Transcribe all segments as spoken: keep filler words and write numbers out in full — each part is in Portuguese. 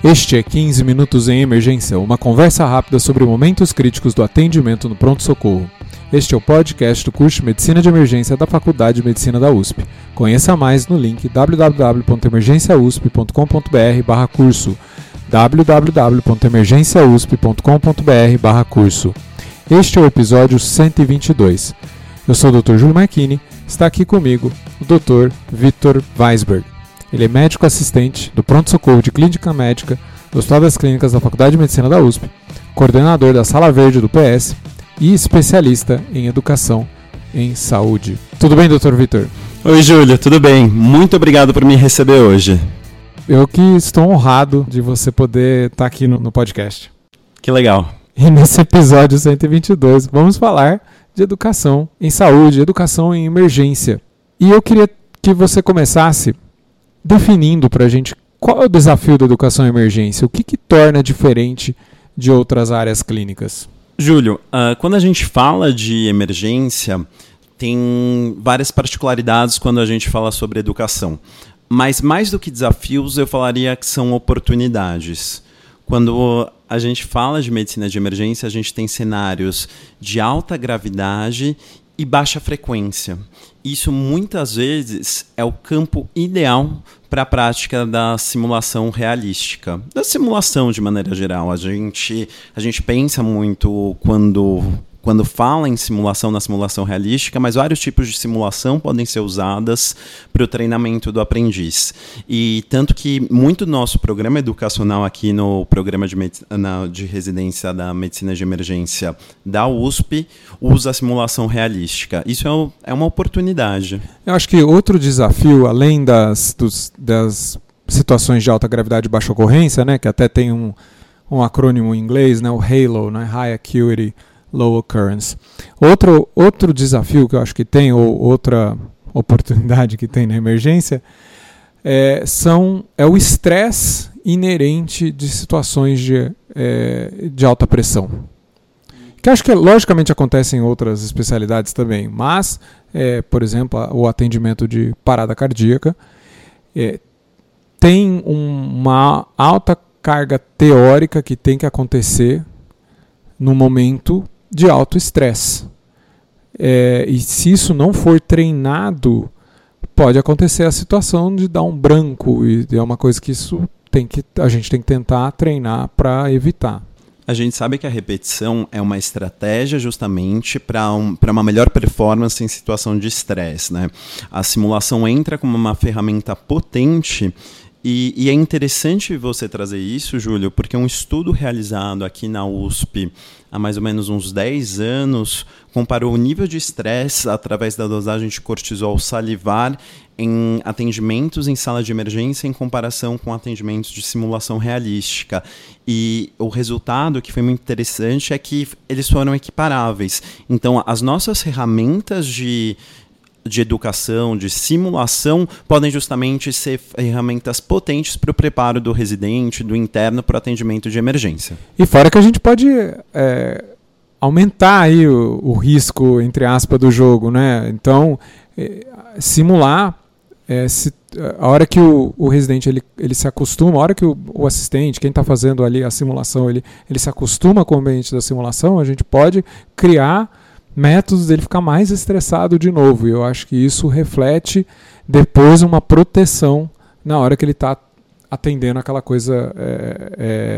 Este é quinze Minutos em Emergência, uma conversa rápida sobre momentos críticos do atendimento no pronto-socorro. Este é o podcast do curso de Medicina de Emergência da Faculdade de Medicina da U S P. Conheça mais no link w w w ponto emergência u s p ponto com ponto b r barra curso w w w ponto emergência u s p ponto com ponto b r barra curso. Este é o episódio cento e vinte e dois. Eu sou o doutor Júlio Marchini, está aqui comigo o doutor Vitor Weisberg. Ele é médico assistente do pronto-socorro de clínica médica do Hospital das Clínicas da Faculdade de Medicina da U S P, coordenador da Sala Verde do P S e especialista em educação em saúde. Tudo bem, doutor Vitor? Oi, Júlio, tudo bem? Muito obrigado por me receber hoje. Eu que estou honrado de você poder estar aqui no, no podcast. Que legal. E nesse episódio cento e vinte e dois vamos falar de educação em saúde, educação em emergência. E eu queria que você começasse definindo para a gente qual é o desafio da educação em emergência, o que, que torna diferente de outras áreas clínicas. Júlio, uh, quando a gente fala de emergência, tem várias particularidades quando a gente fala sobre educação. Mas mais do que desafios, eu falaria que são oportunidades. Quando a gente fala de medicina de emergência, a gente tem cenários de alta gravidade e baixa frequência. Isso muitas vezes é o campo ideal para a prática da simulação realística, da simulação de maneira geral. A gente, a gente pensa muito quando, quando fala em simulação na simulação realística, mas vários tipos de simulação podem ser usadas para o treinamento do aprendiz. E tanto que muito do nosso programa educacional aqui no programa de, na, de residência da medicina de emergência da U S P usa a simulação realística. Isso é, é uma oportunidade. Eu acho que outro desafio, além das, dos, das situações de alta gravidade e baixa ocorrência, né, que até tem um, um acrônimo em inglês, né, o HALO, né, High Acuity Low Occurrence. Outro, outro desafio que eu acho que tem, ou outra oportunidade que tem na emergência, é, são, é o estresse inerente de situações de, é, de alta pressão. Que acho que logicamente acontece em outras especialidades também, mas, é, por exemplo, o atendimento de parada cardíaca é, tem um, uma alta carga teórica que tem que acontecer no momento de alto estresse. É, e se isso não for treinado, pode acontecer a situação de dar um branco, e é uma coisa que, isso tem que a gente tem que tentar treinar para evitar. A gente sabe que a repetição é uma estratégia justamente para um, para uma melhor performance em situação de estresse, né? A simulação entra como uma ferramenta potente e, e é interessante você trazer isso, Júlio, porque um estudo realizado aqui na U S P há mais ou menos uns dez anos comparou o nível de estresse através da dosagem de cortisol salivar em atendimentos em sala de emergência em comparação com atendimentos de simulação realística. E o resultado, que foi muito interessante, é que eles foram equiparáveis. Então, as nossas ferramentas de, de educação, de simulação, podem justamente ser ferramentas potentes para o preparo do residente, do interno, para o atendimento de emergência. E fora que a gente pode é, aumentar aí o, o risco, entre aspas, do jogo, né? Então, é, simular... É, se, a hora que o, o residente ele, ele se acostuma, a hora que o, o assistente, quem está fazendo ali a simulação, ele, ele se acostuma com o ambiente da simulação, a gente pode criar métodos dele ficar mais estressado de novo. E eu acho que isso reflete depois uma proteção na hora que ele está atendendo aquela coisa é,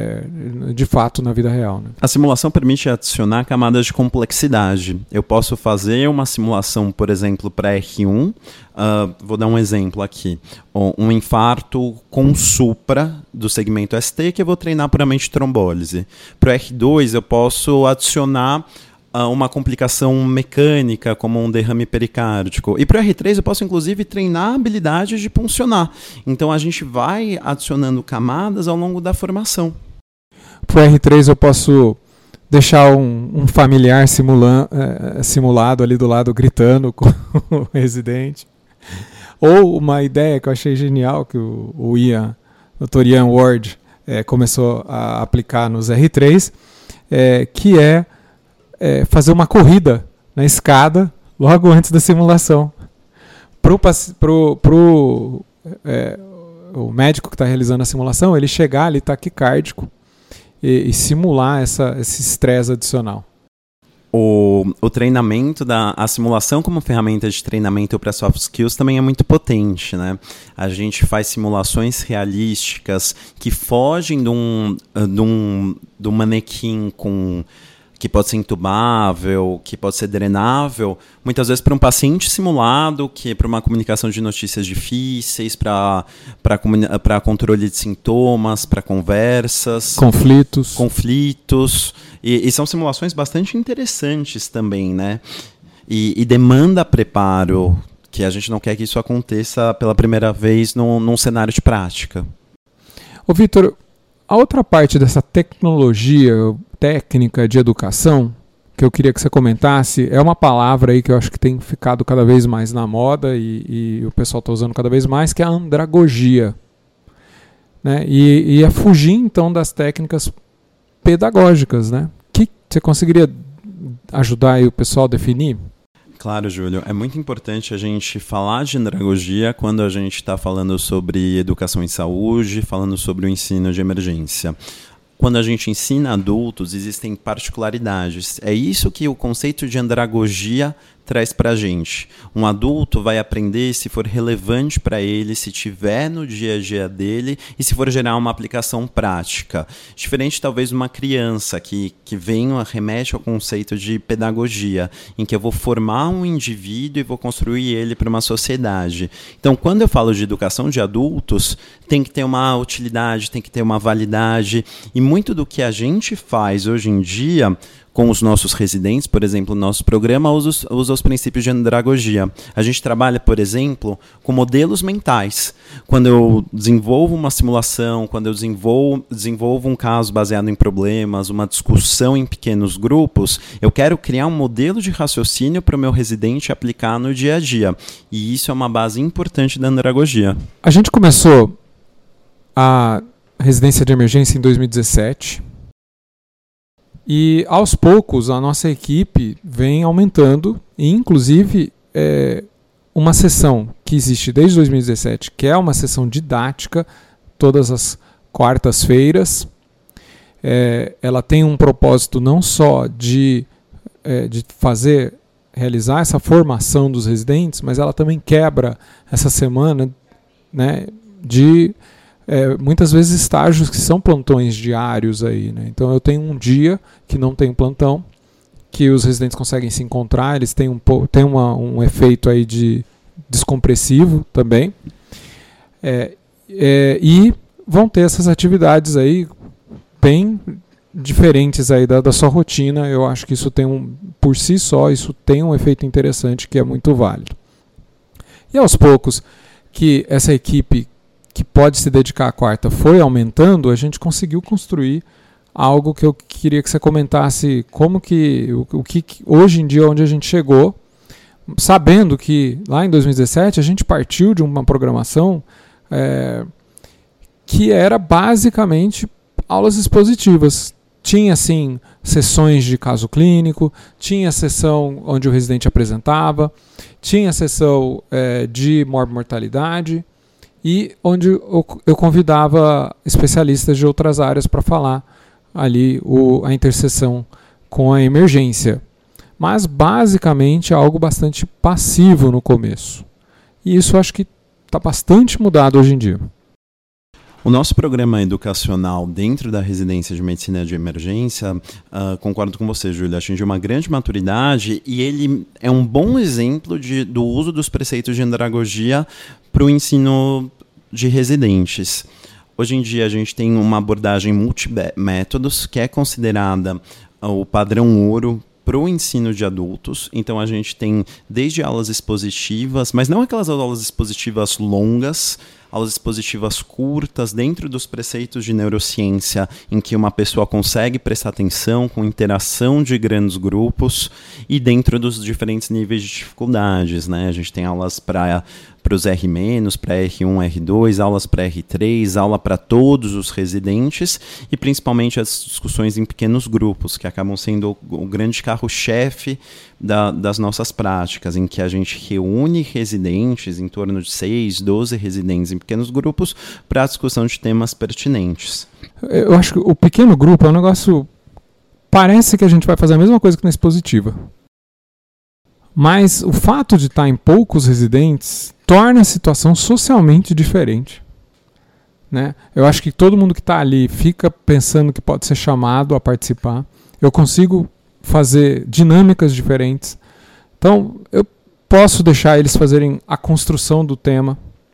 é, de fato na vida real, né? A simulação permite adicionar camadas de complexidade. Eu posso fazer uma simulação, por exemplo, para R um, uh, vou dar um exemplo aqui, um infarto com supra do segmento S T que eu vou treinar puramente trombólise. Para o R dois eu posso adicionar uma complicação mecânica, como um derrame pericárdico. E para o R três eu posso, inclusive, treinar a habilidade de puncionar. Então, a gente vai adicionando camadas ao longo da formação. Para o R três eu posso deixar um, um familiar simula, é, simulado ali do lado, gritando com o residente. Ou uma ideia que eu achei genial, que o, o Ian, o doutor Ian Ward, é, começou a aplicar nos R três, é, que é É, fazer uma corrida na escada logo antes da simulação. Pro, pro, pro, é, o médico que está realizando a simulação, ele chegar ali taquicárdico e, e simular essa, esse estresse adicional. O, o treinamento, da, a simulação como ferramenta de treinamento para soft skills também é muito potente, né? A gente faz simulações realísticas que fogem de um, de um, de um manequim com... que pode ser intubável, que pode ser drenável, muitas vezes para um paciente simulado, que é para uma comunicação de notícias difíceis, para para controle de sintomas, para conversas. Conflitos. Conflitos. E, e são simulações bastante interessantes também, né? E, e demanda preparo, que a gente não quer que isso aconteça pela primeira vez num, num cenário de prática. Ô, Vitor, a outra parte dessa tecnologia técnica de educação que eu queria que você comentasse é uma palavra aí que eu acho que tem ficado cada vez mais na moda e, e o pessoal está usando cada vez mais, que é a andragogia, né? E, e é fugir então das técnicas pedagógicas, né? Que você conseguiria ajudar aí o pessoal a definir? Claro, Júlio. É muito importante a gente falar de andragogia quando a gente está falando sobre educação em saúde, falando sobre o ensino de emergência. Quando a gente ensina adultos, existem particularidades. É isso que o conceito de andragogia traz para a gente. Um adulto vai aprender se for relevante para ele, se tiver no dia a dia dele e se for gerar uma aplicação prática. Diferente, talvez, de uma criança que, que vem, remete ao conceito de pedagogia, em que eu vou formar um indivíduo e vou construir ele para uma sociedade. Então, quando eu falo de educação de adultos, tem que ter uma utilidade, tem que ter uma validade. E muito do que a gente faz hoje em dia com os nossos residentes, por exemplo, o nosso programa usa, usa os princípios de andragogia. A gente trabalha, por exemplo, com modelos mentais. Quando eu desenvolvo uma simulação, quando eu desenvolvo, desenvolvo um caso baseado em problemas, uma discussão em pequenos grupos, eu quero criar um modelo de raciocínio para o meu residente aplicar no dia a dia. E isso é uma base importante da andragogia. A gente começou a residência de emergência em dois mil e dezessete. E, aos poucos, a nossa equipe vem aumentando, e, inclusive, é, uma sessão que existe desde dois mil e dezessete, que é uma sessão didática, todas as quartas-feiras. É, ela tem um propósito não só de, é, de fazer, realizar essa formação dos residentes, mas ela também quebra essa semana, né, de... É, muitas vezes estágios que são plantões diários aí, né? Então eu tenho um dia que não tem plantão, que os residentes conseguem se encontrar, eles têm um, têm uma, um efeito aí de descompressivo também, é, é, e vão ter essas atividades aí bem diferentes aí da, da sua rotina. Eu acho que isso tem um, por si só, isso tem um efeito interessante que é muito válido. E aos poucos que essa equipe que pode se dedicar à quarta foi aumentando, a gente conseguiu construir algo que eu queria que você comentasse como que, o, o que hoje em dia onde a gente chegou, sabendo que lá em dois mil e dezessete a gente partiu de uma programação é, que era basicamente aulas expositivas. Tinha, sim, sessões de caso clínico, tinha sessão onde o residente apresentava, tinha sessão é, de morbimortalidade, e onde eu convidava especialistas de outras áreas para falar ali o, a interseção com a emergência. Mas, basicamente, é algo bastante passivo no começo. E isso eu acho que está bastante mudado hoje em dia. O nosso programa educacional dentro da residência de medicina de emergência, uh, concordo com você, Júlia, atingiu uma grande maturidade e ele é um bom exemplo de, do uso dos preceitos de andragogia para o ensino de residentes. Hoje em dia a gente tem uma abordagem multimétodos que é considerada uh, o padrão ouro para o ensino de adultos. Então a gente tem desde aulas expositivas, mas não aquelas aulas expositivas longas, aulas expositivas curtas dentro dos preceitos de neurociência, em que uma pessoa consegue prestar atenção com interação de grandes grupos e dentro dos diferentes níveis de dificuldades, né? A gente tem aulas para para os R menos, para R um, R dois, aulas para R três, aula para todos os residentes e principalmente as discussões em pequenos grupos, que acabam sendo o, o grande carro-chefe da, das nossas práticas, em que a gente reúne residentes, em torno de seis, doze residentes em pequenos grupos, para a discussão de temas pertinentes. Eu acho que o pequeno grupo é um negócio... Parece que a gente vai fazer a mesma coisa que na expositiva. Mas o fato de estar em poucos residentes torna a situação socialmente diferente. Né? Eu acho que todo mundo que está ali fica pensando que pode ser chamado a participar. Eu consigo fazer dinâmicas diferentes. Então, eu posso deixar eles fazerem a construção do tema.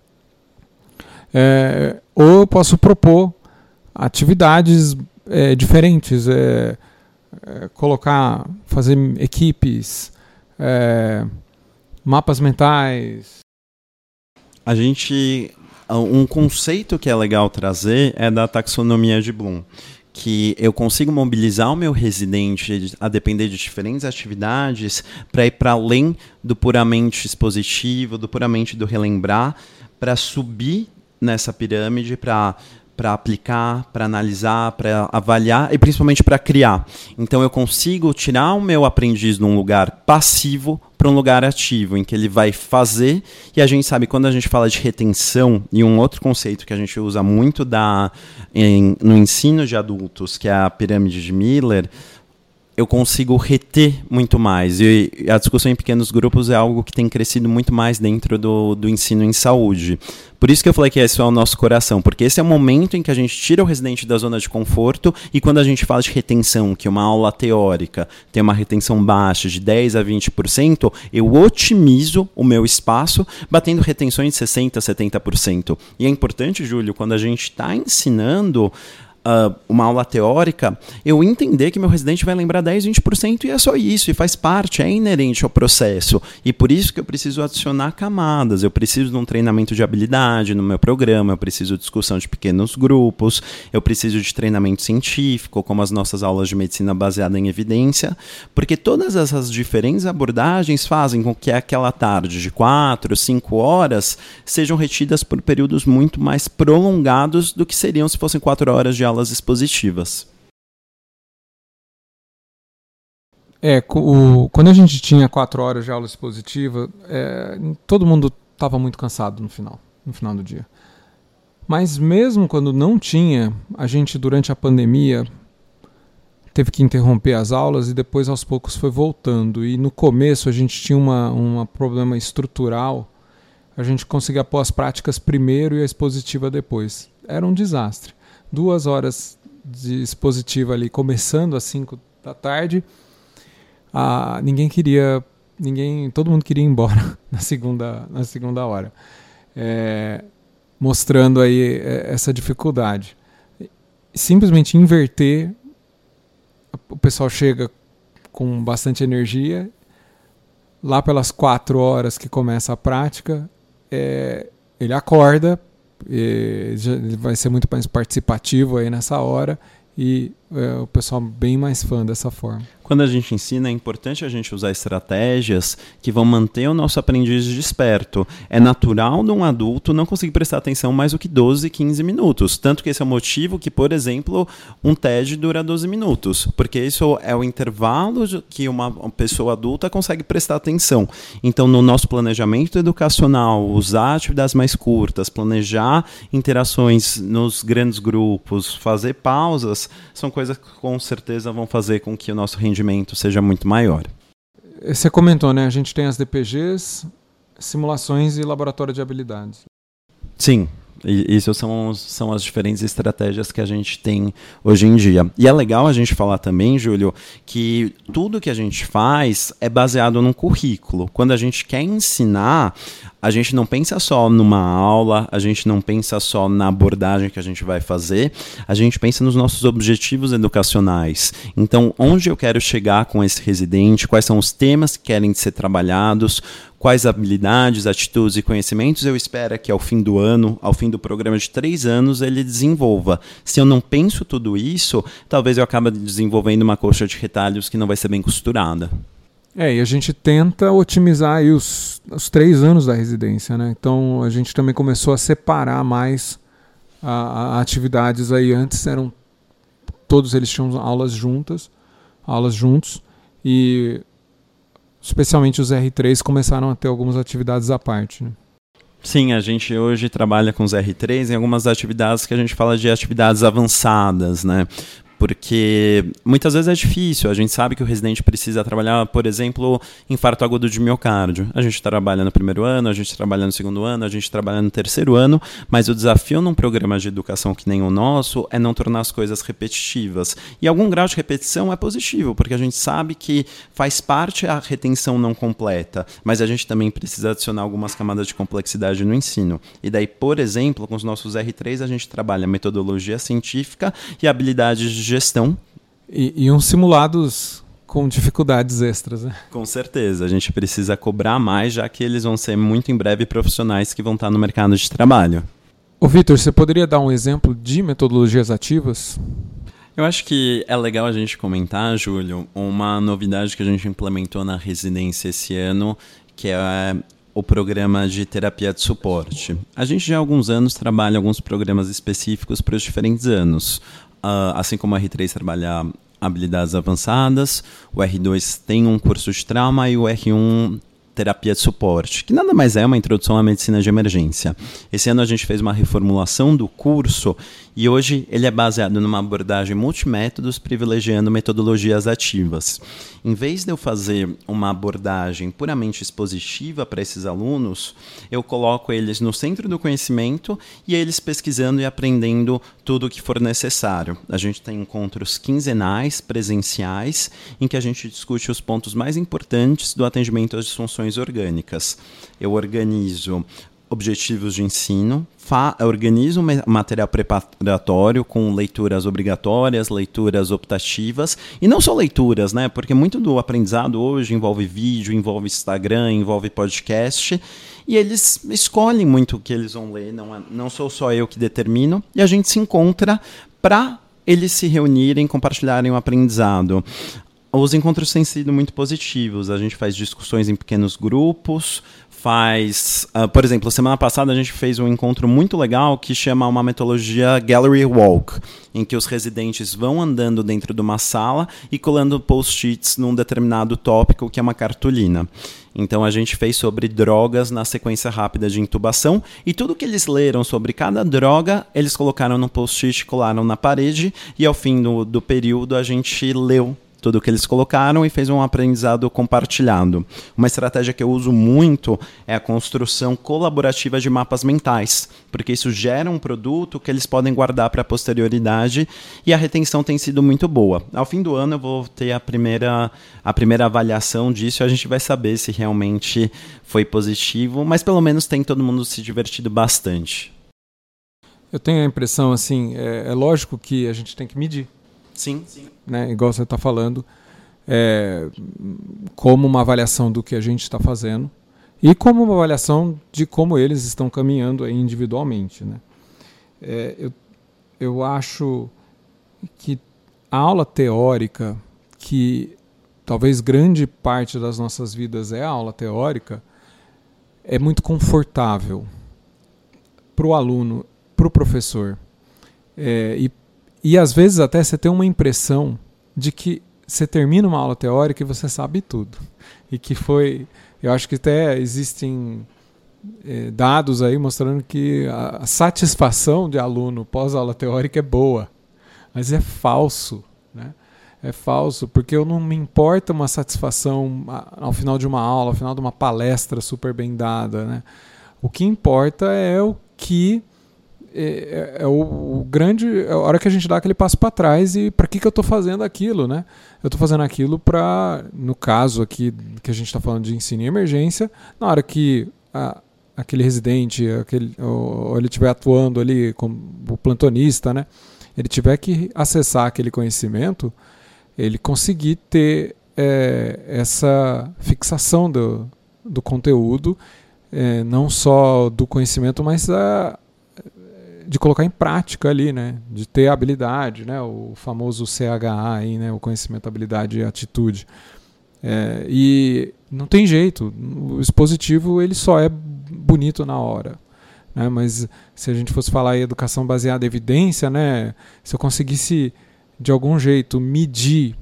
É, ou eu posso propor atividades é, diferentes. É, é, colocar, fazer equipes, é, mapas mentais. A gente... Um conceito que é legal trazer é da taxonomia de Bloom, que eu consigo mobilizar o meu residente a depender de diferentes atividades para ir para além do puramente expositivo, do puramente do relembrar, para subir nessa pirâmide, para para aplicar, para analisar, para avaliar e principalmente para criar. Então eu consigo tirar o meu aprendiz de um lugar passivo para um lugar ativo, em que ele vai fazer, e a gente sabe, quando a gente fala de retenção, e um outro conceito que a gente usa muito da, em, no ensino de adultos, que é a pirâmide de Miller, eu consigo reter muito mais. E a discussão em pequenos grupos é algo que tem crescido muito mais dentro do, do ensino em saúde. Por isso que eu falei que esse é o nosso coração, porque esse é o momento em que a gente tira o residente da zona de conforto, e quando a gente fala de retenção, que uma aula teórica tem uma retenção baixa de dez a vinte por cento, eu otimizo o meu espaço, batendo retenções de sessenta por cento, setenta por cento. E é importante, Júlio, quando a gente está ensinando Uh, uma aula teórica, eu entender que meu residente vai lembrar dez, vinte por cento e é só isso, e faz parte, é inerente ao processo. E por isso que eu preciso adicionar camadas, eu preciso de um treinamento de habilidade no meu programa, eu preciso de discussão de pequenos grupos, eu preciso de treinamento científico, como as nossas aulas de medicina baseada em evidência, porque todas essas diferentes abordagens fazem com que aquela tarde de quatro, cinco horas sejam retidas por períodos muito mais prolongados do que seriam se fossem quatro horas de aula expositivas. É, o, quando a gente tinha quatro horas de aula expositiva, é, todo mundo estava muito cansado no final, no final do dia. Mas mesmo quando não tinha, a gente durante a pandemia teve que interromper as aulas e depois aos poucos foi voltando. E no começo a gente tinha uma, um problema estrutural, a gente conseguia pôr as práticas primeiro e a expositiva depois. Era um desastre. Duas horas de expositiva ali, começando às cinco da tarde, ah, ninguém queria, ninguém, todo mundo queria ir embora na segunda, na segunda hora, é, mostrando aí essa dificuldade. Simplesmente inverter, o pessoal chega com bastante energia, lá pelas quatro horas que começa a prática, é, ele acorda, ele vai ser muito mais participativo aí nessa hora e é, o pessoal bem mais fã dessa forma. Quando a gente ensina, é importante a gente usar estratégias que vão manter o nosso aprendiz desperto. É natural de um adulto não conseguir prestar atenção mais do que doze, quinze minutos. Tanto que esse é o motivo que, por exemplo, um T E D dura doze minutos. Porque isso é o intervalo que uma pessoa adulta consegue prestar atenção. Então, no nosso planejamento educacional, usar atividades mais curtas, planejar interações nos grandes grupos, fazer pausas, são coisas que com certeza vão fazer com que o nosso rendimento seja muito maior. Você comentou, né? A gente tem as D P Gs, simulações e laboratório de habilidades. Sim, e isso são, são as diferentes estratégias que a gente tem hoje em dia. E é legal a gente falar também, Júlio, que tudo que a gente faz é baseado num currículo. Quando a gente quer ensinar, a gente não pensa só numa aula, a gente não pensa só na abordagem que a gente vai fazer, a gente pensa nos nossos objetivos educacionais. Então, onde eu quero chegar com esse residente, quais são os temas que querem ser trabalhados, quais habilidades, atitudes e conhecimentos eu espero que ao fim do ano, ao fim do programa de três anos, ele desenvolva. Se eu não penso tudo isso, talvez eu acabe desenvolvendo uma coxa de retalhos que não vai ser bem costurada. É, e a gente tenta otimizar aí os, os três anos da residência, né? Então a gente também começou a separar mais a, a atividades aí. Antes eram todos eles tinham aulas juntas, aulas juntos, e especialmente os R três começaram a ter algumas atividades à parte, né? Sim, a gente hoje trabalha com os R três em algumas atividades que a gente fala de atividades avançadas, né? Porque muitas vezes é difícil, a gente sabe que o residente precisa trabalhar, por exemplo, infarto agudo de miocárdio. A gente trabalha no primeiro ano, a gente trabalha no segundo ano, a gente trabalha no terceiro ano, mas o desafio num programa de educação que nem o nosso é não tornar as coisas repetitivas. E algum grau de repetição é positivo, porque a gente sabe que faz parte a retenção não completa, mas a gente também precisa adicionar algumas camadas de complexidade no ensino. E daí, por exemplo, com os nossos R três, a gente trabalha metodologia científica e habilidades de gestão. E, e uns simulados com dificuldades extras, né? Com certeza, a gente precisa cobrar mais, já que eles vão ser muito em breve profissionais que vão estar no mercado de trabalho. Ô Vitor, você poderia dar um exemplo de metodologias ativas? Eu acho que é legal a gente comentar, Júlio, uma novidade que a gente implementou na residência esse ano, que é o programa de terapia de suporte. A gente já há alguns anos trabalha alguns programas específicos para os diferentes anos. Uh, assim como o R três trabalha habilidades avançadas, o R dois tem um curso de trauma e o R um terapia de suporte, que nada mais é uma introdução à medicina de emergência. Esse ano a gente fez uma reformulação do curso e hoje ele é baseado numa abordagem multimétodos, privilegiando metodologias ativas. Em vez de eu fazer uma abordagem puramente expositiva para esses alunos, eu coloco eles no centro do conhecimento e eles pesquisando e aprendendo tudo o que for necessário. A gente tem encontros quinzenais, presenciais, em que a gente discute os pontos mais importantes do atendimento às disfunções orgânicas. Eu organizo objetivos de ensino, fa- organizo material preparatório com leituras obrigatórias, leituras optativas, e não só leituras, né? Porque muito do aprendizado hoje envolve vídeo, envolve Instagram, envolve podcast, e eles escolhem muito o que eles vão ler, não, é, não sou só eu que determino, e a gente se encontra para eles se reunirem, compartilharem o aprendizado. Os encontros têm sido muito positivos, a gente faz discussões em pequenos grupos, faz... Uh, por exemplo, semana passada a gente fez um encontro muito legal que chama uma metodologia Gallery Walk, em que os residentes vão andando dentro de uma sala e colando post-its num determinado tópico, que é uma cartolina. Então a gente fez sobre drogas na sequência rápida de intubação e tudo que eles leram sobre cada droga, eles colocaram no post-it, colaram na parede e ao fim do, do período a gente leu tudo que eles colocaram e fez um aprendizado compartilhado. Uma estratégia que eu uso muito é a construção colaborativa de mapas mentais, porque isso gera um produto que eles podem guardar para a posterioridade e a retenção tem sido muito boa. Ao fim do ano eu vou ter a primeira, a primeira avaliação disso e a gente vai saber se realmente foi positivo, mas pelo menos tem todo mundo se divertido bastante. Eu tenho a impressão, assim, é, é lógico que a gente tem que medir. Sim, sim. Né, igual você está falando, é, como uma avaliação do que a gente está fazendo e como uma avaliação de como eles estão caminhando aí individualmente. Né? É, eu, eu acho que a aula teórica, que talvez grande parte das nossas vidas é a aula teórica, é muito confortável para o aluno, para o professor. É, e E às vezes até você tem uma impressão de que você termina uma aula teórica e você sabe tudo. E que foi... Eu acho que até existem eh, dados aí mostrando que a, a satisfação de aluno pós-aula teórica é boa. Mas é falso, né? É falso, porque eu não me importa uma satisfação ao final de uma aula, ao final de uma palestra super bem dada, né? O que importa é o que... É, é o, o grande, é a hora que a gente dá aquele passo para trás e para que, que eu estou fazendo aquilo, né? Eu estou fazendo aquilo para, no caso aqui que a gente está falando de ensino em emergência, na hora que a, aquele residente, aquele, ou, ou ele estiver atuando ali como o plantonista, né? Ele tiver que acessar aquele conhecimento, ele conseguir ter é, essa fixação do, do conteúdo, é, não só do conhecimento, mas a de colocar em prática ali, né? De ter habilidade, né? O famoso C H A aí, né? O conhecimento, habilidade e atitude. É, e não tem jeito, o expositivo ele só é bonito na hora. Né? Mas se a gente fosse falar em educação baseada em evidência, né? Se eu conseguisse de algum jeito medir,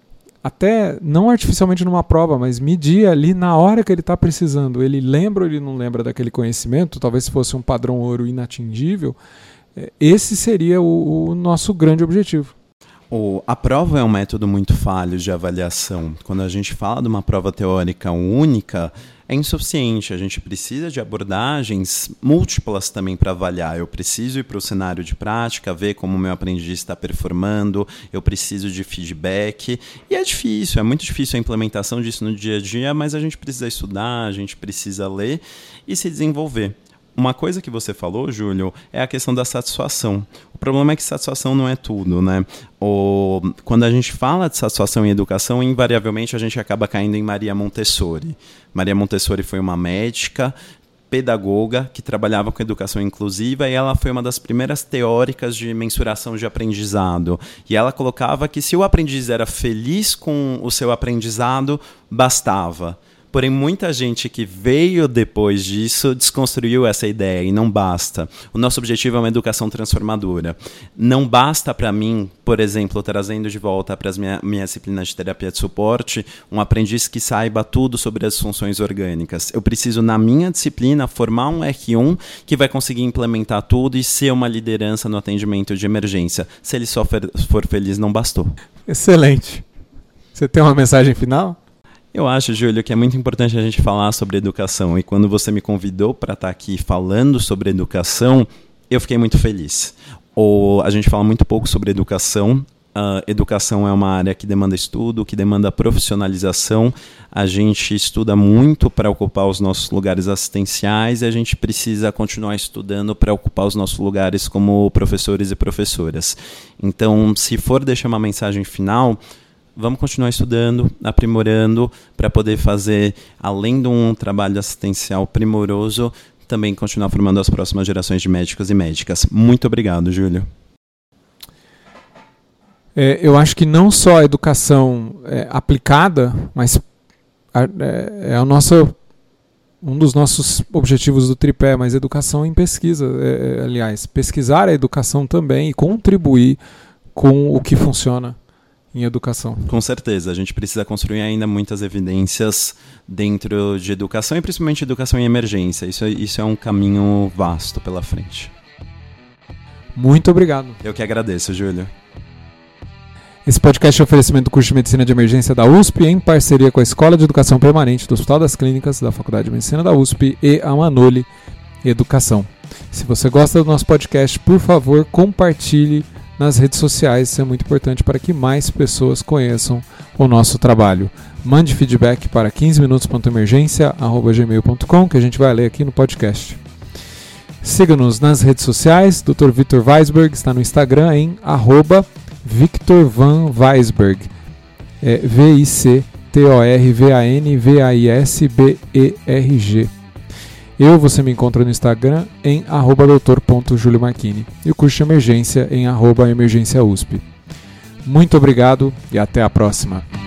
até não artificialmente numa prova, mas medir ali na hora que ele está precisando, ele lembra ou ele não lembra daquele conhecimento, talvez se fosse um padrão ouro inatingível, esse seria o, o nosso grande objetivo. O, a prova é um método muito falho de avaliação. Quando a gente fala de uma prova teórica única, é insuficiente. A gente precisa de abordagens múltiplas também para avaliar. Eu preciso ir para o cenário de prática, ver como o meu aprendiz está performando, eu preciso de feedback. E é difícil, é muito difícil a implementação disso no dia a dia, mas a gente precisa estudar, a gente precisa ler e se desenvolver. Uma coisa que você falou, Júlio, é a questão da satisfação. O problema é que satisfação não é tudo, né? O, quando a gente fala de satisfação em educação, invariavelmente a gente acaba caindo em Maria Montessori. Maria Montessori foi uma médica, pedagoga, que trabalhava com educação inclusiva, e ela foi uma das primeiras teóricas de mensuração de aprendizado. E ela colocava que se o aprendiz era feliz com o seu aprendizado, bastava. Porém, muita gente que veio depois disso desconstruiu essa ideia e não basta. O nosso objetivo é uma educação transformadora. Não basta para mim, por exemplo, trazendo de volta para as minha, minha disciplina de terapia de suporte, um aprendiz que saiba tudo sobre as funções orgânicas. Eu preciso, na minha disciplina, formar um R um que vai conseguir implementar tudo e ser uma liderança no atendimento de emergência. Se ele só for feliz, não bastou. Excelente. Você tem uma mensagem final? Eu acho, Júlio, que é muito importante a gente falar sobre educação. E quando você me convidou para estar aqui falando sobre educação, eu fiquei muito feliz. Ou, a gente fala muito pouco sobre educação. Uh, educação é uma área que demanda estudo, que demanda profissionalização. A gente estuda muito para ocupar os nossos lugares assistenciais e a gente precisa continuar estudando para ocupar os nossos lugares como professores e professoras. Então, se for deixar uma mensagem final, vamos continuar estudando, aprimorando, para poder fazer, além de um trabalho assistencial primoroso, também continuar formando as próximas gerações de médicos e médicas. Muito obrigado, Júlio. É, eu acho que não só a educação é, aplicada, mas a, é, é a nossa, um dos nossos objetivos do tripé, mas educação em pesquisa, é, aliás, pesquisar a educação também e contribuir com o que funciona em educação. Com certeza, a gente precisa construir ainda muitas evidências dentro de educação e principalmente educação em emergência. Isso, isso é um caminho vasto pela frente. Muito obrigado. Eu que agradeço, Júlio. Esse podcast é um oferecimento do curso de Medicina de Emergência da U S P, em parceria com a Escola de Educação Permanente do Hospital das Clínicas da Faculdade de Medicina da U S P e a Manoli Educação. Se você gosta do nosso podcast, por favor, compartilhe nas redes sociais. Isso é muito importante para que mais pessoas conheçam o nosso trabalho. Mande feedback para quinze minutos ponto emergência arroba gmail ponto com, que a gente vai ler aqui no podcast. Siga-nos nas redes sociais. doutor Victor Weisberg está no Instagram em arroba Victor Van Weisberg. É V I C T O R V A N V A I S B E R G. Eu, você me encontra no Instagram em arroba doutor ponto julio marchini e o curso de emergência em arroba emergência U S P. Muito obrigado e até a próxima.